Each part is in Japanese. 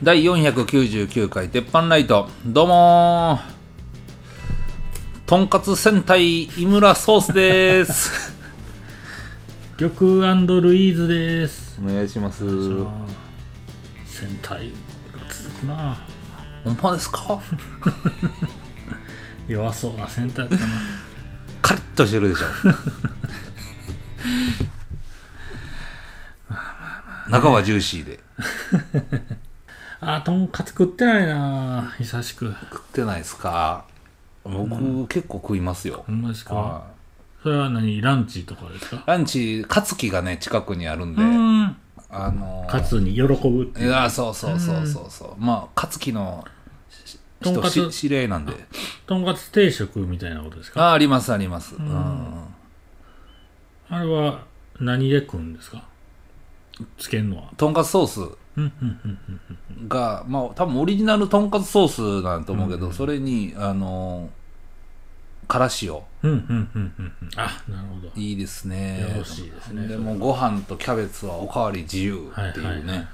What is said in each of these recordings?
第499回鉄板ライト、どうもとんかつ戦隊井村ソースです玉&ルイーズです。 お願いします。 戦隊続くな。 ほんまですか弱そうな戦隊だったな。 カリッとしてるでしょ中はジューシーでとんかつ食ってないな、久しく。 食ってないですか。僕、結構食いますよ。 ほんまですか。それは何、ランチとかですか。 ランチ、カツキがね近くにあるんで、 カツに喜ぶっていう。 いや、そうまあカツキの人知り合いなんで。 とんかつ定食みたいなことですか。 あります。 あれは何で食うんですか。つけんのはとんかつソースが、まあ多分オリジナルとんかつソースなんと思うけど、それにからしを、 なるほど。 いいですね。 よろしいですね。 でもご飯とキャベツはおかわり自由っていうね。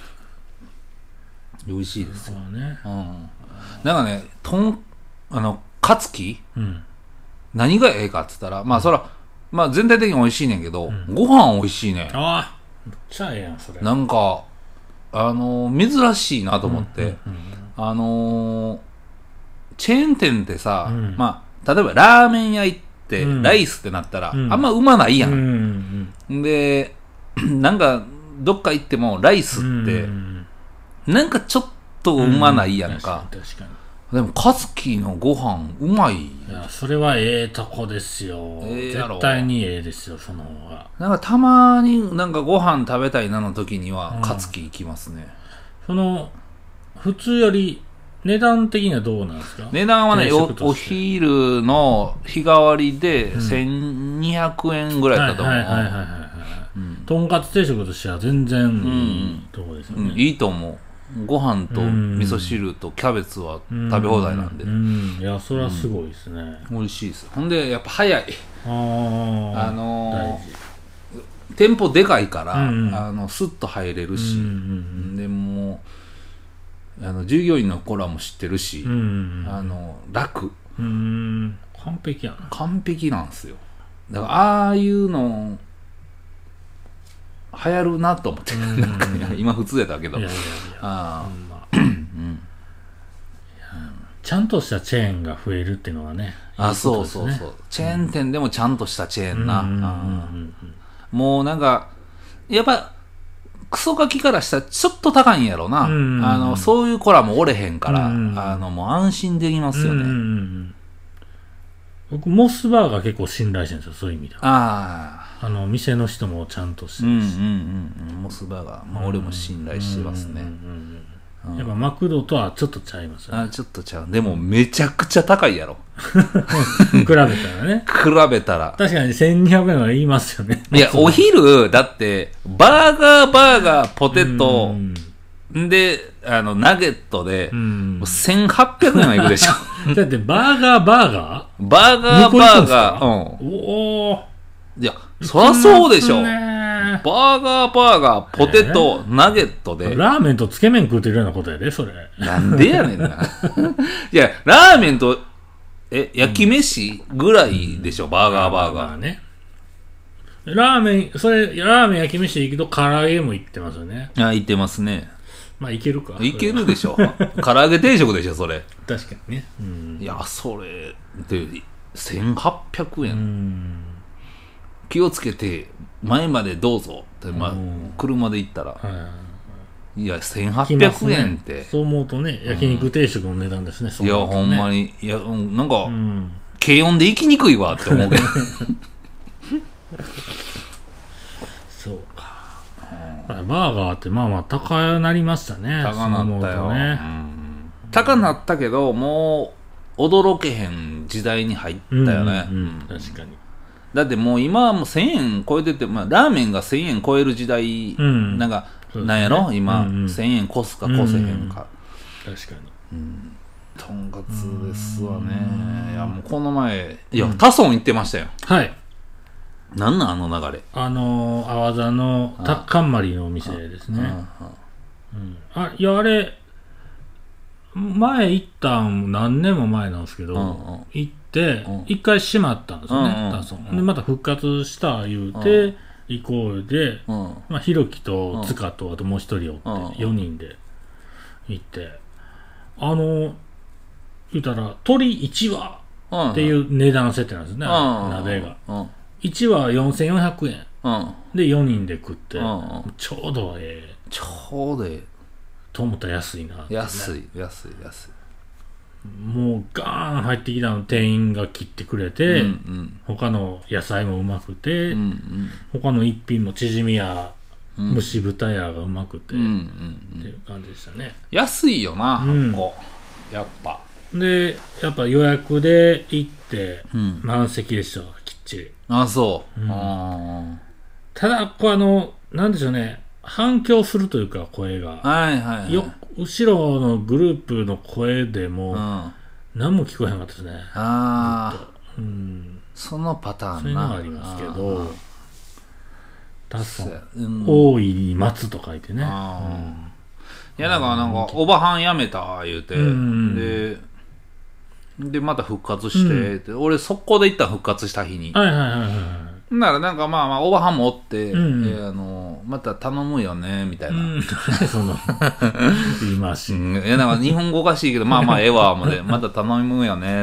美味しいですよね。 なんかね、カツキ、何がええかって言ったら、まあそら、まあ全体的に美味しいねんけど、ご飯美味しいね。 めっちゃええやんそれ。 なんか珍しいなと思って、チェーン店ってさ、まあ例えばラーメン屋行ってライスってなったら、あんまうまないやん。で、なんかどっか行ってもライスってなんかちょっとうまないやんか。 確かに。 でもカツキのご飯うまい。 いや、それはええとこですよ。絶対にええですよ、その方が。 なんかたまになんかご飯食べたいなの時にはカツキ行きますね。 普通より値段的にはどうなんですか。 値段はね、お昼の日替わりで1200円ぐらいだったと思う。 とんかつ定食としては全然いいとこですよね。 いいと思う。ご飯と味噌汁とキャベツは食べ放題なんで。いや、それはすごいですね。 美味しいです。ほんでやっぱ早い。 大事。 店舗でかいから、スッと入れるし、でも従業員の子らも知ってるし、楽。 完璧やな。 完璧なんですよ。だからああいうの流行るなと思って、なんか今普通やったけど、 ちゃんとしたチェーンが増えるっていうのはね。 そうチェーン店でもちゃんとしたチェーンな。もうなんかやっぱクソガキからしたらちょっと高いんやろな。そういう子らもおれへんから、もう安心できますよね。 僕モスバーガー結構信頼してるんですよ、そういう意味では。店の人もちゃんとしてるし。 モスバーガー、俺も信頼してますね。 やっぱマクドとはちょっとちゃいますよね。 ちょっとちゃう。でもめちゃくちゃ高いやろ。 比べたらね。 比べたら。 確かに1200円は言いますよね。 いや、お昼、だって、バーガー、ポテト、で、ナゲットで、1800円はいくでしょ。 だってバーガーバーガー、 おー。 いや、そりゃそうでしょ。バーガー、ポテト、ナゲットで。 ラーメンとつけ麺食うてるようなことやで、それ。 なんでやねんな。いや、ラーメンと、焼き飯ぐらいでしょ、バーガーね。ラーメン焼き飯でいくと、唐揚げもいってますよね。 いってますね。 まあ、いけるか。 いけるでしょ。唐揚げ定食でしょ、それ。 確かにね。 いや、それ、で、1800円。気をつけて前までどうぞって、車で行ったら、いや1800円って、 そう思うとね、焼肉定食の値段ですね。 いやほんまに、いやなんか、軽音で行きにくいわって思うけどそうか。バーガーってまあまあ高なりましたね。 高なったよね。高なったけど、もう驚けへん時代に入ったよね。 確かに。 だってもう今はもう1000円超えてて、ラーメンが1000円超える時代、なんやろ今、1000円越すか越せへんか。 確かに。 とんかつですわね。いやもうこの前、タソン行ってましたよ。 はい。 なんなん流れ。 阿波座のタッカンマリのお店ですね。 いや、あれ、前行ったん何年も前なんですけど、行って、一回閉まったんですよね、タソン。で、また復活した言うて、行こうで、ひろきと塚と、あともう一人おって、4人で行って、言うたら、鳥1羽っていう値段設定なんですね、鍋が。1羽4400円。で、4人で食って、ちょうどちょうどと思ったら安いなって、ね。 安い。 もうガーン入ってきたの店員が切ってくれて、他の野菜もうまくて、他の一品もチヂミや蒸し豚やがうまくて、っていう感じでしたね。 安いよな、ここやっぱ。 で、やっぱ予約で行って、満席でした、きっちり。 そう。 ただ、なんでしょうね、反響するというか、声が。後ろのグループの声でも、何も聞こえへんかったですね。 そのパターンな。 そういうのがありますけど、大いに待つと書いてね。 いや、なんか、おばはん辞めた、言うて、で、また復活して、俺、速攻で一旦復活した日に。ならなんかおばはんもおって、また頼むよねみたいな、 言い回し、 なんか日本語おかしいけどええわもでまた頼むよね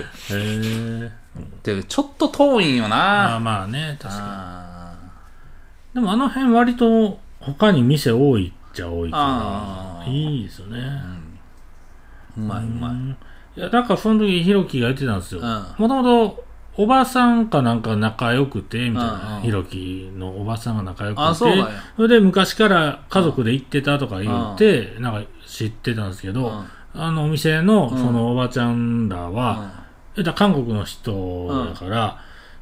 ってでちょっと遠いんよな。 まあね、確かに。でもあの辺割と他に店多いっちゃ多いからいいですよね。 うまい。 いや、なんかその時ひろきが言ってたんですよ。もともとおばさんかなんか仲良くてみたいな、ひろきのおばさんが仲良くて、それで昔から家族で行ってたとか言って、なんか知ってたんですけど、お店のそのおばちゃんらは、韓国の人だから、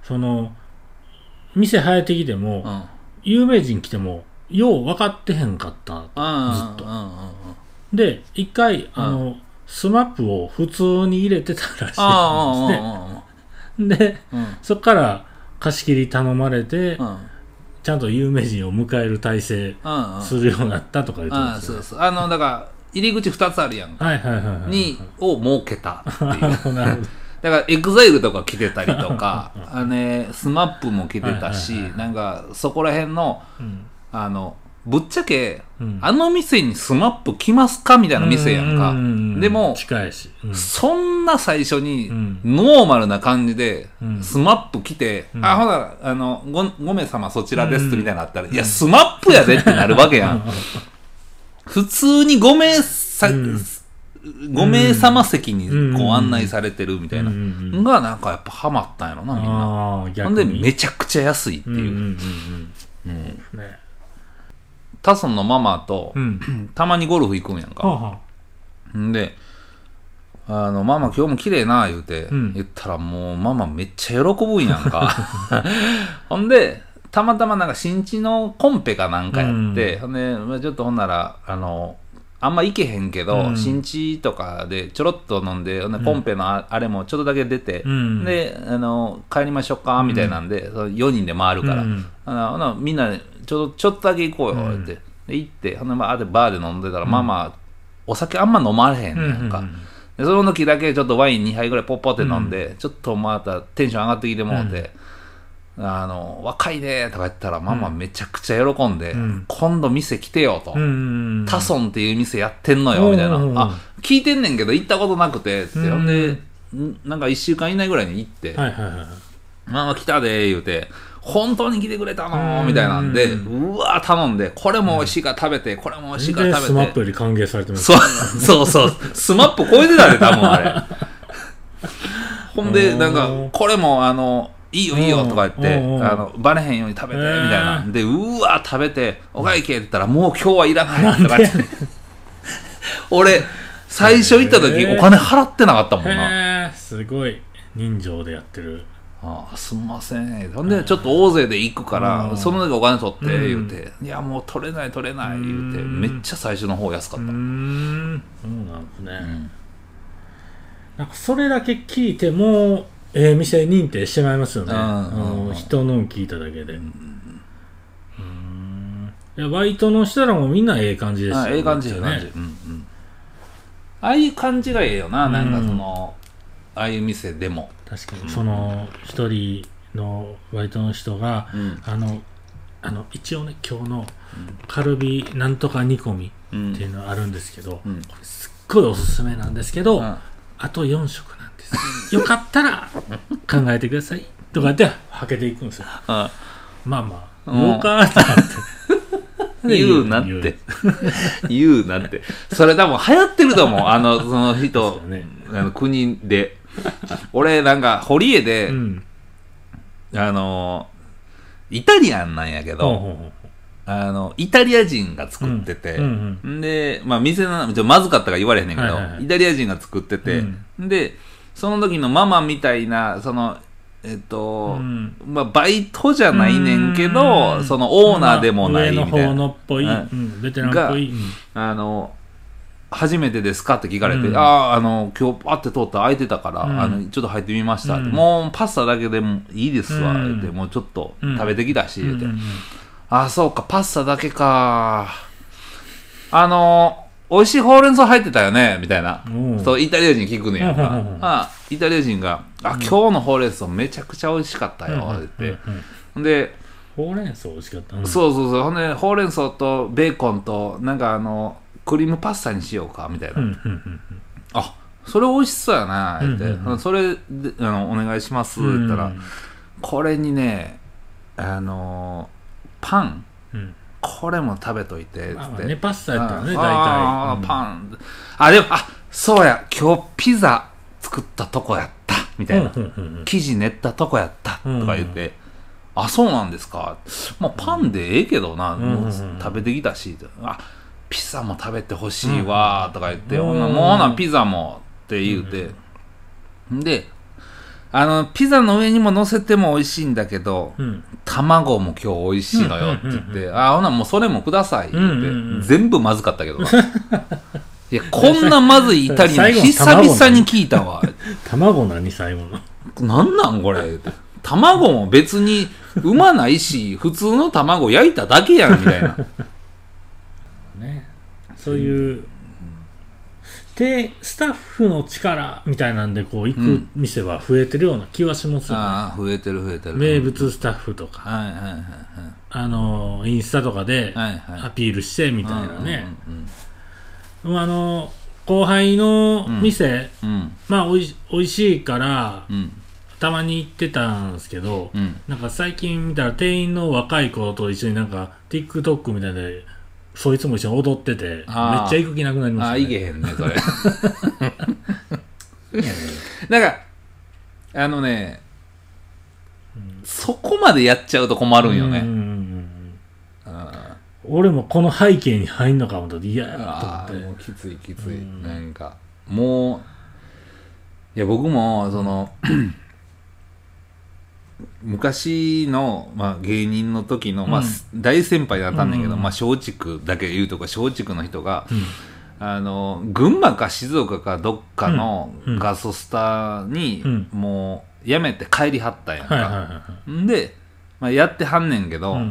店入ってきても、有名人来てもよう分かってへんかったずっと。で、一回スマップを普通に入れてたらしいんですね。で、そっから貸し切り頼まれて、ちゃんと有名人を迎える体制するようになったとか言ってますよ。だから入り口2つあるやんか。を設けたっていう。だからエグザイルとか来てたりとか、スマップも来てたし、なんかそこら辺のぶっちゃけ、あの店にスマップ来ますかみたいな店やんか。でも、 近いし、 そんな最初に、ノーマルな感じで、スマップ来て、ほな、5名様そちらですみたいなのあったら、いや、スマップやでってなるわけやん。普通に5名様席にご案内されてるみたいな。が、なんかやっぱハマったんやろな、みんな。ほんで、めちゃくちゃ安いっていう。タソンのママと、たまにゴルフ行くんやんか。で、ママ今日も綺麗な言うて、言ったらもうママめっちゃ喜ぶんやんか。ほんで、たまたまなんか新地のコンペかなんかやって、ほんで、ちょっとほんなら、あんま行けへんけど、新地とかでちょろっと飲んで、コンペのあれもちょっとだけ出て、で、帰りましょうか、みたいなんで、4人で回るから、みんなでちょっとだけ行こうよ、って。で、行って、ほんで、バーで飲んでたら、ママ、お酒あんま飲まれへんねんか。で、その時だけちょっとワイン2杯ぐらいポッポって飲んで、ちょっとまたテンション上がってきてもうて、若いねとか言ったら、ママめちゃくちゃ喜んで、今度店来てよと。タソンっていう店やってんのよ、みたいな。聞いてんねんけど行ったことなくて、って。ほんで、なんか1週間以内ぐらいに行って、ママ来たで、言うて、本当に来てくれたのみたいなんで、うわー頼んで、これも美味しいから食べて、これも美味しいから食べて。 スマップより歓迎されてます。 そう。スマップ超えてたで、多分あれ。ほんで、なんか、これも、いいよとか言って、バレへんように食べて、みたいな。で、うわー食べて、お会計って言ったら、もう今日はいらないとか言って。俺、最初行った時、お金払ってなかったもんな。 すごい、人情でやってる。 すんません。ほんで、ちょっと大勢で行くから、その時お金取って、言うて、いや、もう取れない、言うて、めっちゃ最初の方安かった。 そうなんですね。なんか、それだけ聞いても、店認定してまいりますよね。人の聞いただけで。 いやバイトの人らもみんなええ感じですよね。ええ感じ、ええ感じ。うんうん。ああいう感じがええよな、なんかその、ああいう店でも。 確かに、その、一人のバイトの人が、一応ね、今日のカルビなんとか煮込みっていうのがあるんですけど、これすっごいおすすめなんですけど、あと4食なんです。よかったら考えてください。とかってはけていくんですよ。まあまあ、言おうかってなって。 言うなって。言うなって。それ多分流行ってると思う。その人、ね、国で。俺、なんか、堀江で、イタリアンなんやけど、イタリア人が作ってて、で、まあ、店の、まずかったから言われへんねんけど、イタリア人が作ってて、で、その時のママみたいな、その、まあ、バイトじゃないねんけど、そのオーナーでもないみたいな。 上の方のっぽい、ベテランっぽい。 初めてですかって聞かれて、今日パって通ったら空いてたから、ちょっと入ってみましたって、もうパスタだけでもいいですわ、言って、もうちょっと食べてきたし、言って。そうか、パスタだけか。美味しいほうれん草入ってたよねみたいな。そう、イタリア人聞くねやんか。イタリア人が、今日のほうれん草めちゃくちゃ美味しかったよ、って言って。で、 ほうれん草美味しかった。 そうそうそう。ほんで、ほうれん草とベーコンと、なんかクリームパスタにしようか、みたいな。それ美味しそうやな、言って。それで、お願いします、言ったら、これにね、パン、これも食べといて、つって。 パスタやったらね、大体。 パン。でも、そうや、今日ピザ作ったとこやった、みたいな。生地練ったとこやった、とか言って。そうなんですか。まあ、パンでええけどな、食べてきたし、ピザも食べてほしいわ、とか言って、もうほな、ピザも、って言うて。で、ピザの上にも乗せても美味しいんだけど、卵も今日美味しいのよって言って、ほなもうそれもくださいって言って、全部まずかったけどな。いや、こんなまずいイタリアン久々に聞いたわ。 卵何最後の。 なんなんこれ。卵も別にうまないし、普通の卵焼いただけやんみたいな。 ね、そういう、スタッフの力みたいなんでこう行く店は増えてるような気はしますよね。 増えてる増えてる。 名物スタッフとか、インスタとかでアピールしてみたいなね。後輩の店、まあおいしいから、たまに行ってたんですけど、なんか最近見たら店員の若い子と一緒になんか TikTok みたいでそいつも一緒に踊っててめっちゃ行く気なくなりましたね。 いけへんねそれ。なんかそこまでやっちゃうと困るんよね。 俺もこの背景に入んのかもと嫌やなと思って。 もうきついきつい。なんかもういや僕もその昔の、芸人の時の、大先輩だったんだけど、松竹だけ言うとか松竹の人が、群馬か静岡かどっかのガソスタに、もうやめて帰りはったんやんか。で、やってはんねんけど、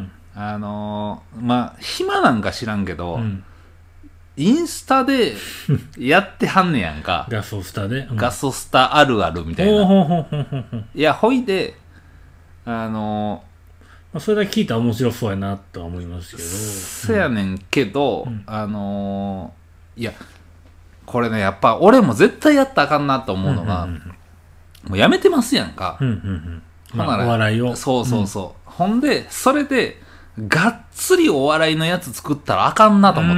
暇なんか知らんけど、インスタでやってはんねやんか。 ガソスタで、 ガソスタあるあるみたいな。いや、ほいで、それだけ聞いたら面白そうやなとは思いますけど。 そやねんけど、いや、これね、やっぱ俺も絶対やったらあかんなと思うのが、もうやめてますやんか。 お笑いを。 そうそうそう。ほんで、それで、がっつりお笑いのやつ作ったらあかんなと思って。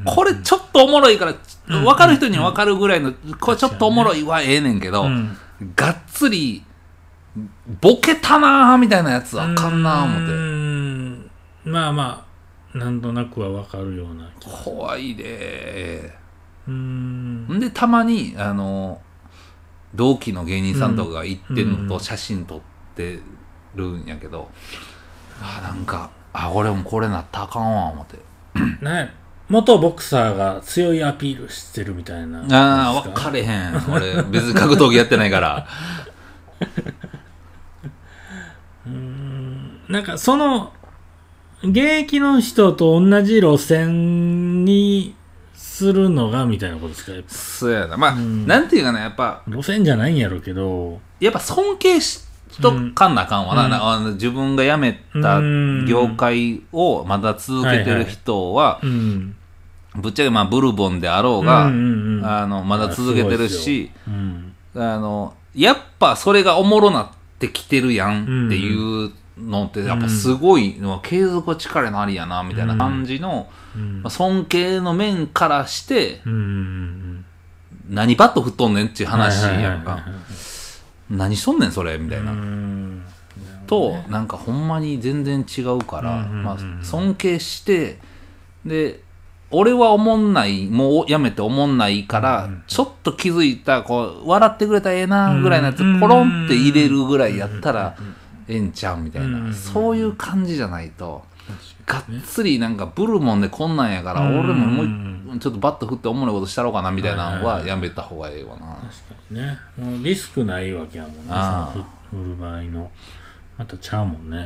これちょっとおもろいから、分かる人に分かるぐらいの、これちょっとおもろいはええねんけど、がっつり、ボケたなーみたいなやつあかんなー思って。 まあまあ、なんとなくは分かるような。 怖いでー。で、たまに、同期の芸人さんとかが行ってんのと写真撮ってるんやけど、なんか、俺もこれなったらあかんわ、思って。 ね、元ボクサーが強いアピールしてるみたいな。 分かれへん。俺、別に格闘技やってないから。 なんかその現役の人と同じ路線にするのがみたいなことですか？やっぱそうやな。まあ、なんていうかな、やっぱ。 路線じゃないんやろうけど。 やっぱ尊敬しとかんなあかんわな。なんか自分が辞めた業界をまだ続けてる人は、ぶっちゃけまあブルボンであろうが、まだ続けてるし、やっぱそれがおもろなってきてるやんっていうのってやっぱすごいのは継続は力のありやなみたいな感じの、尊敬の面からして、何バット振っとんねんっていう話やんか。何しとんねんそれみたいな。となんかほんまに全然違うから、まあ、尊敬してで俺はおもんないもうやめておもんないから、ちょっと気づいたこう笑ってくれたらええなぐらいのやつポロンって入れるぐらいやったらええんちゃうみたいな、そういう感じじゃないとがっつりなんかブルモンでこんなんやから俺ももうちょっとバット振っておもろいことしたろうかなみたいなのはやめた方がええわな。 確かにね、もうリスクないわけやもんね、その振る場合のまたちゃうもんね。い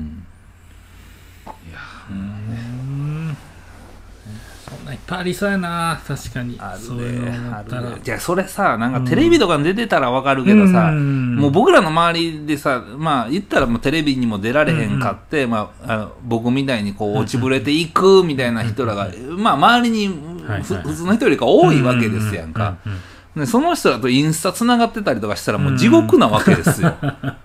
やそんないっぱいありそうやな。確かにあるで、 そういうのだったら。 じゃあそれさなんかテレビとかに出てたらわかるけどさ、もう僕らの周りでさまあ言ったらもうテレビにも出られへんかって、まあ、僕みたいにこう落ちぶれていくみたいな人らが、まあ周りに普通の人よりか多いわけですやんか。でその人らとインスタつながってたりとかしたらもう地獄なわけですよ。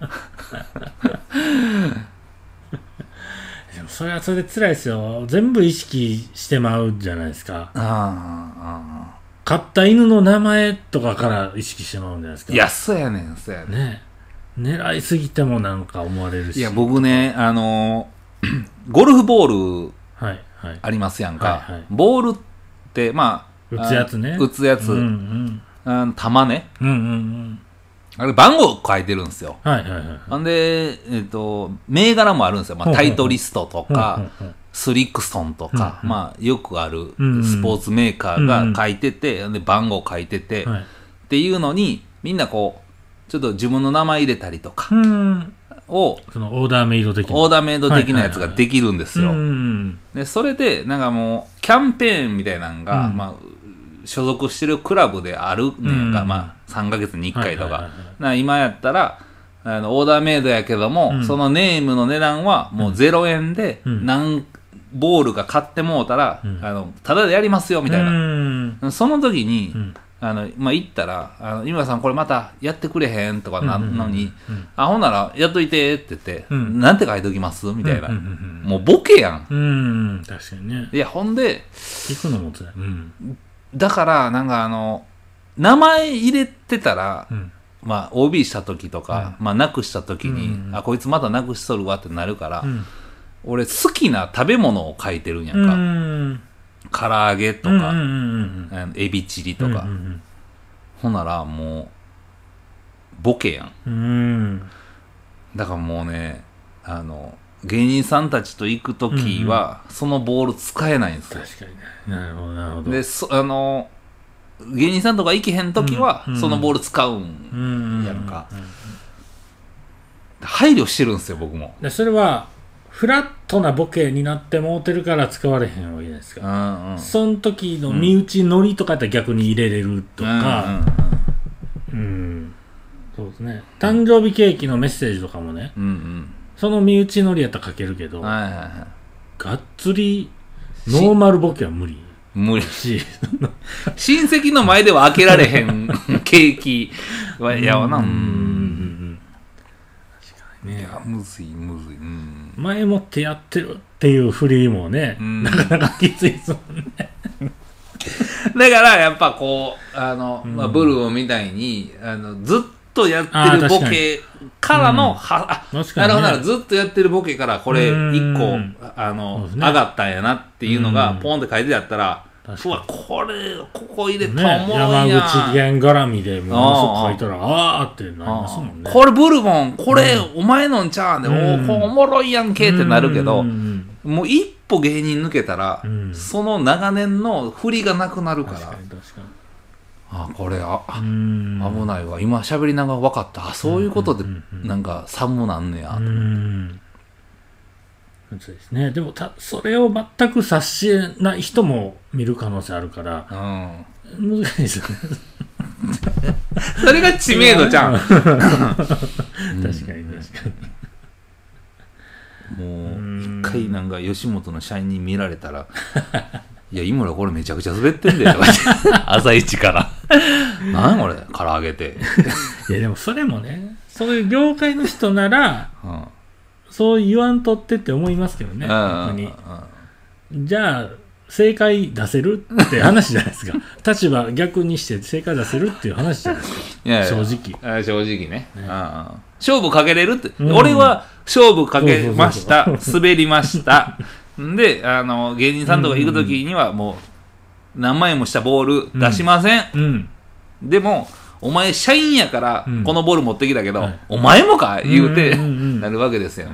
でもそれはそれで辛いですよ。全部意識してまうじゃないですか。飼った犬の名前とかから意識してまうんじゃないですか。 いやそうやねんそうやねん。 ね狙いすぎてもなんか思われるし。 いや僕ねゴルフボールありますやんか。ボールってまあ打つやつね。 打つやつ。玉ね、あれ番号書いてるんですよ。んで、銘柄もあるんですよ。まあ、タイトリストとか、スリクソンとか、まあ、よくあるスポーツメーカーが書いてて、で番号書いてて、っていうのにみんなこうちょっと自分の名前入れたりとかをそのオーダーメイド的なやつができるんですよ。でそれでなんかもうキャンペーンみたいなのが、まあ所属してるクラブであるねんが、まあ3ヶ月に1回とか、今やったらオーダーメイドやけども、そのネームの値段はもう0円で、何ボールが買ってもうたら、ただでやりますよみたいな、その時に、まあ、言ったら井村さんこれまたやってくれへんとかなのに、ほんならやっといてって言って、なんて書いておきますみたいな、もうボケやん。 確かにね。 いやほんで聞くのもつらい。 だからなんか名前入れてたら、まあ OB した時とか、まあなくした時に、こいつまたなくしとるわってなるから、俺好きな食べ物を書いてるんやんか。唐揚げとか、エビチリとか、ほんならもうボケやん。だからもうね芸人さんたちと行く時は、そのボール使えないんですよ。確かにね。なるほどなるほど。で芸人さんとか行けへん時は、そのボール使うんやんか。配慮してるんですよ僕も。 でそれはフラットなボケになってもうてるから使われへんわけじゃないですか。その時の身内ノリとかやったら逆に入れれるとか、そうですね。誕生日ケーキのメッセージとかもね。その身内ノリやったら書けるけど、がっつりノーマルボケは無理し親戚の前では開けられへんケーキはやわな。確かにね。いやむずい、 前もってやってるっていう振りもね、なかなかきついですもんね。 だからやっぱこうまあ、ブルーみたいにずっとやってるボケからのなるほど、ずっとやってるボケからこれ1個上がったんやなっていうのがポンって書いてあったら、うわこれここ入れたらおもろいやん、 山口県絡みでものすごく書いたらあーってなりますもんね。 これブルボンこれお前のんちゃうんで、おもろいやんけってなるけど、もう一歩芸人抜けたら、その長年の振りがなくなるから、確かにこれ危ないわ、今喋りながら分かった、そういうことでなんか寒なんねやと思って、 そうですね。でもそれを全く察しない人も見る可能性あるから、難しいですよね。 それが知名度じゃん。 確かに確かに。もう一回なんか吉本の社員に見られたらいや井村これめちゃくちゃ滑ってんだよ朝一から何これ唐揚げていやでもそれもね、そういう業界の人なら、そう言わんとってって思いますけどね、逆に。じゃあ正解出せるって話じゃないですか。立場逆にして正解出せるっていう話じゃないですか。いやいや正直。 正直ね。勝負かけれるって、俺は勝負かけました。滑りました。で、芸人さんとか行くときにはもう何万円もしたボール出しません。でも、お前社員やからこのボール持ってきたけど、お前もか言うてなるわけですよ。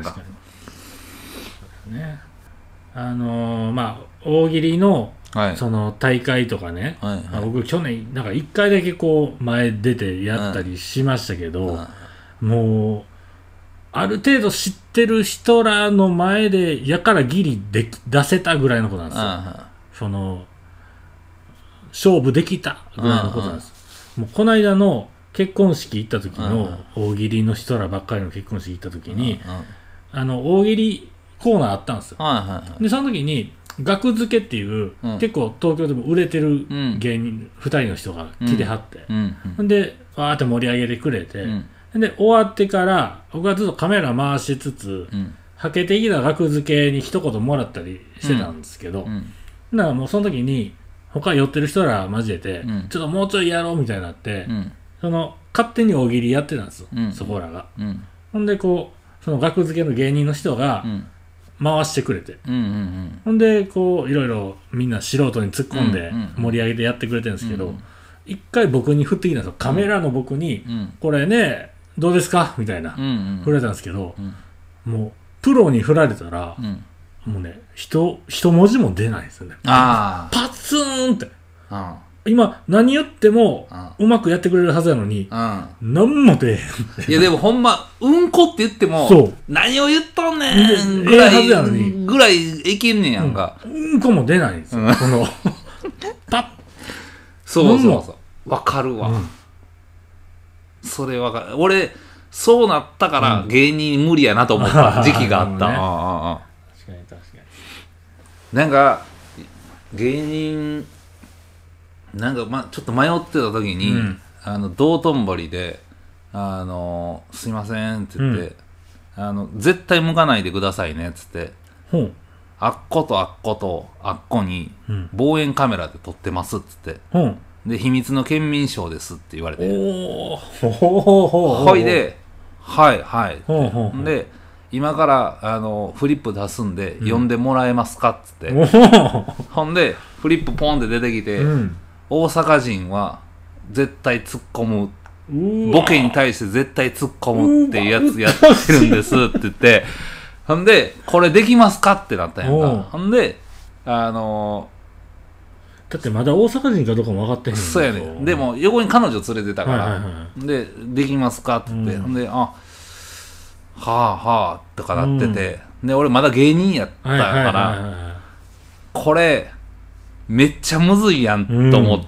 ね。まあ、大喜利の、その大会とかね、僕去年なんか1回だけこう前出てやったりしましたけど、もうある程度知ってる人らの前でやからギリ出せたぐらいのことなんですよ。その勝負できたぐらいのことなんです。もうこの間の結婚式行った時の大喜利の人らばっかりの結婚式行った時に、大喜利コーナーあったんですよ。でその時に額付けっていう、結構東京でも売れてる芸人2人の人が来てはって、でわーって盛り上げてくれて、で終わってから僕はずっとカメラ回しつつ、はけてきた額付けに一言もらったりしてたんですけど、だからもうその時に他寄ってる人ら交えて、ちょっともうちょいやろうみたいになって、勝手に大喜利やってたんですよ、そこらが。ほんでこうその額付けの芸人の人が、回してくれて、ほんでこういろいろみんな素人に突っ込んで盛り上げてやってくれてるんですけど、一回僕に振ってきたんですよ。カメラの僕に、これねどうですかみたいな、振られたんですけど、もうプロに振られたら、もうね一文字も出ないですよね。パツーンって、今何言ってもうまくやってくれるはずなのに、何も出へん。 いやでもほんまうんこって言っても何を言っとんねんぐらいいけんねんやんか。 うんこも出ないんですよ、このパッ。 そうわかるわ、それわかる。俺そうなったから芸人無理やなと思った時期があった。 確かに確かに。なんか芸人なんかちょっと迷ってた時に、道頓堀で、すいませんって言って、絶対向かないでくださいねっつって、あっことあっことあっこに望遠カメラで撮ってますっつって、で秘密の県民賞ですって言われて、ほいではいはいって、で今からフリップ出すんで読んでもらえますかっつって、ほんでフリップポンって出てきて、大阪人は絶対突っ込む、ボケに対して絶対突っ込むっていうやつやってるんですって言って、ほんでこれできますかってなったんやんか。ほんでだってまだ大阪人かどうかも分かってへん。 そうやね。でも横に彼女連れてたから、できますかって言って、ほんではあはあとかなってて、で俺まだ芸人やったから、これめっちゃむずいやんと思って、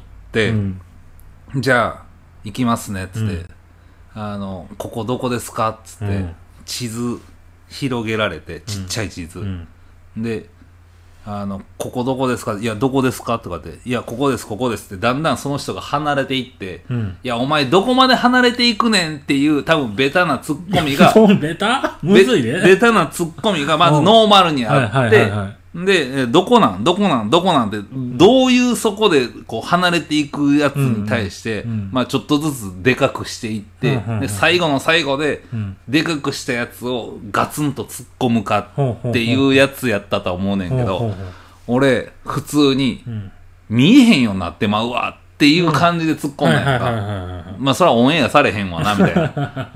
じゃあ行きますねっつって、ここどこですかっつって、地図広げられて、ちっちゃい地図、でここどこですか、いやどこですかとかって、いやここですここですって、だんだんその人が離れていって、いやお前どこまで離れていくねんっていう多分ベタなツッコミがベタむずいね。 ベタなツッコミがまずノーマルにあって、でどこなんどこなんどこなんって、どういうそこでこう離れていくやつに対して、ちょっとずつでかくしていって、で最後の最後ででかくしたやつをガツンと突っ込むかっていうやつやったと思うねんけど、俺普通に見えへんようになってまうわっていう感じで突っ込んだんやんか。まあそれはオンエアされへんわなみたいな。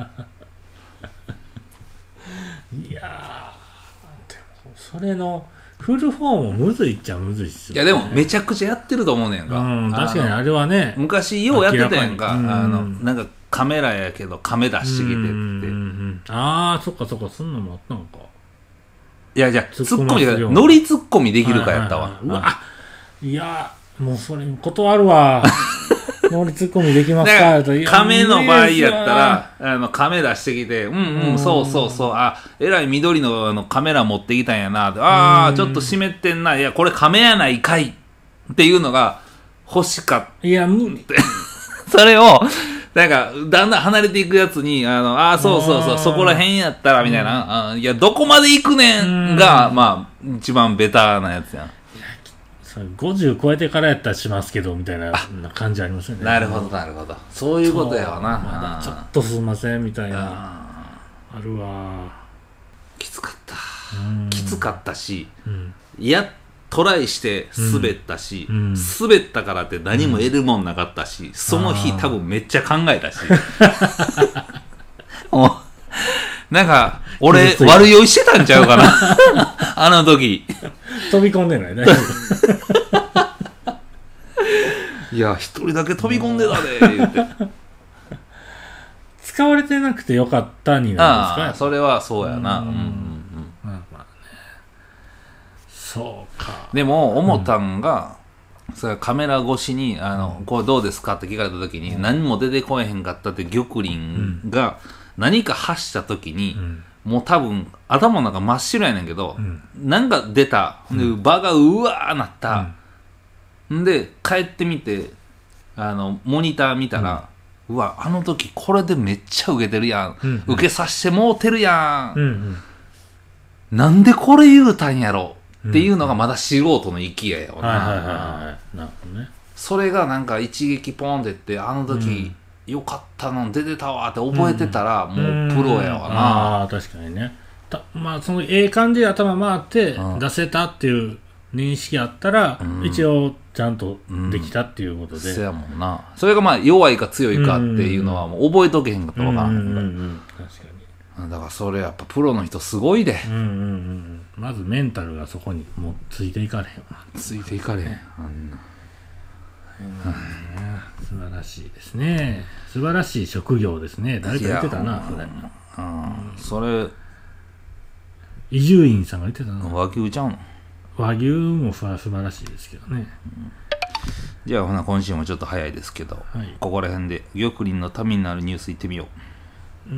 いやーでもそれのフルフォームむずいっちゃむずいっすよ、 ね。いやでもめちゃくちゃやってると思うねんか。 確かにあれはね。 昔ようやってたやんか。なんかカメラやけどカメ出してきてって。 ああそっかそっか、そんなのもあったのか。 いや、じゃあ、ツッコミじゃない、ノリツッコミできるかやったわ。 うわ、いや、もうそれ、断るわ。ノリツッコミできますかと。 亀の場合やったら、亀出してきて、そうそうそう、えらい緑のカメラ持ってきたんやな、ちょっと湿ってんな、いや、これ亀やないかいっていうのが欲しかった。 いや、無理。 それを、なんか、だんだん離れていくやつに、そうそうそう、そこら辺やったら、みたいな、いや、どこまで行くねんが、まあ、一番ベターなやつやん。 50超えてからやったらしますけど、みたいな感じありますよね。 なるほど、なるほど。そういうことやわな。 まだちょっとすいません、みたいな。あるわ。 きつかった。きつかったし、トライして滑ったし、滑ったからって何も得るもんなかったし、その日多分めっちゃ考えたし。なんか、俺、悪酔いしてたんちゃうかな。あの時。 飛び込んでないね。 いや、一人だけ飛び込んでたで、言って。 使われてなくてよかったになるんですか？ それはそうやな。まあね。 そうか。 でも、思ったんが、それカメラ越しに、これどうですかって聞かれた時に、何も出てこえへんかったって玉林が何か発した時に、もう多分頭の中真っ白やねんけど、なんか出た、場がうわーなった、で帰ってみてモニター見たら、うわあの時これでめっちゃ受けてるやん、受けさせてもうてるやん、なんでこれ言うたんやろっていうのがまだ素人の域やよな。それがなんか一撃ポンってってあの時、よかったの出てたわって覚えてたら、もうプロやわな。 あ、確かにね。まあその感じで頭回って出せたっていう認識あったら、一応ちゃんとできたっていうことで。 そうやもんな。それがまあ弱いか強いかっていうのはもう覚えとけへんかったら分からへん。確かに。だからそれやっぱプロの人すごいで。 まずメンタルがそこにもうついていかれへんわ。 ついていかれへん。 素晴らしいですね。素晴らしい職業ですね。誰か言ってたな、それ。 それ伊集院さんが言ってたな。 和牛ちゃうの？ 和牛も素晴らしいですけどね。 じゃあほな今週もちょっと早いですけど、ここら辺で玉林のためになるニュースいってみよう。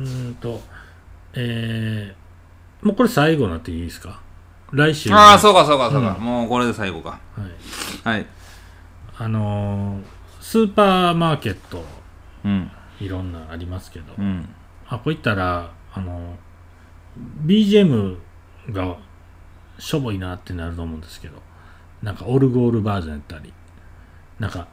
もうこれ最後になっていいですか？来週。 そうか、もうこれで最後か。はい。 スーパーマーケット、いろんなありますけど、こういったらBGM がしょぼいなってなると思うんですけど、なんかオルゴールバージョンやったり、なんか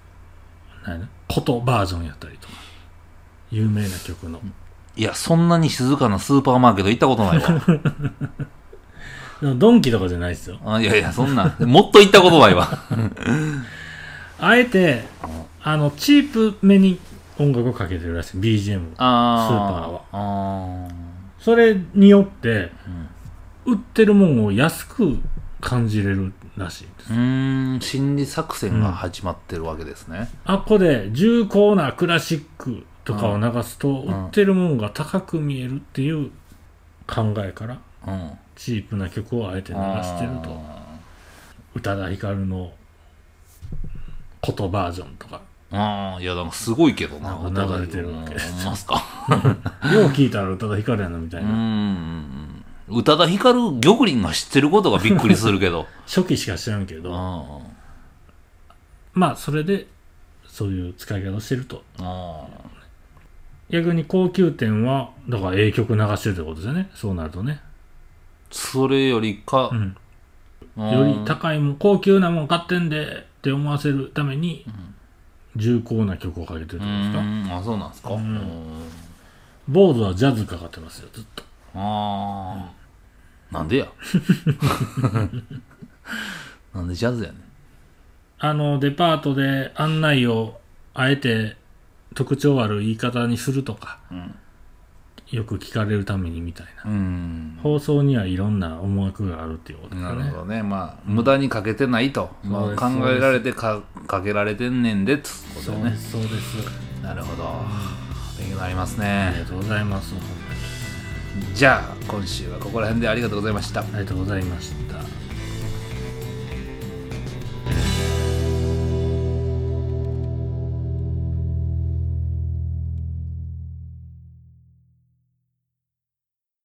琴バージョンやったりとか、有名な曲の。 いや、そんなに静かなスーパーマーケット行ったことないわ。 でもドンキとかじゃないですよ。 いやもっと行ったことないわ。 あえてチープめに音楽をかけてるらしい。 BGM スーパーは。それによって、売ってるもんを安く感じれるらしいです。 心理作戦が始まってるわけですね。 あっこで重厚なクラシックとかを流すと、売ってるもんが高く見えるっていう考えから、チープな曲をあえて流してると。宇多田ヒカルの琴バージョンとか。 いや、なんかすごいけどな。 流れてるわけです。 ほんますか。よう聞いたら宇多田ヒカルやなみたいな。 宇多田ヒカル、玉林が知ってることがびっくりするけど。 初期しか知らんけど。まあ、それで、そういう使い方をしてると。逆に高級店は、だから曲流してるってことですよね。そうなるとね。 それよりか、 より高いもん、高級なもん買ってんでって思わせるために、重厚な曲をかけてるってことですか？ そうなんですか。 坊主はジャズかかってますよ、ずっと。 なんでや。なんでジャズやねん。 デパートで案内をあえて特徴ある言い方にするとか、よく聞かれるためにみたいな。放送にはいろんな思惑があるっていうことですね。 なるほどね。まあ、無駄にかけてないと。考えられてかけられてんねんでってことね。 そうです。 なるほど。勉強になりますね。 ありがとうございます。 じゃあ今週はここら辺でありがとうございました。 ありがとうございました。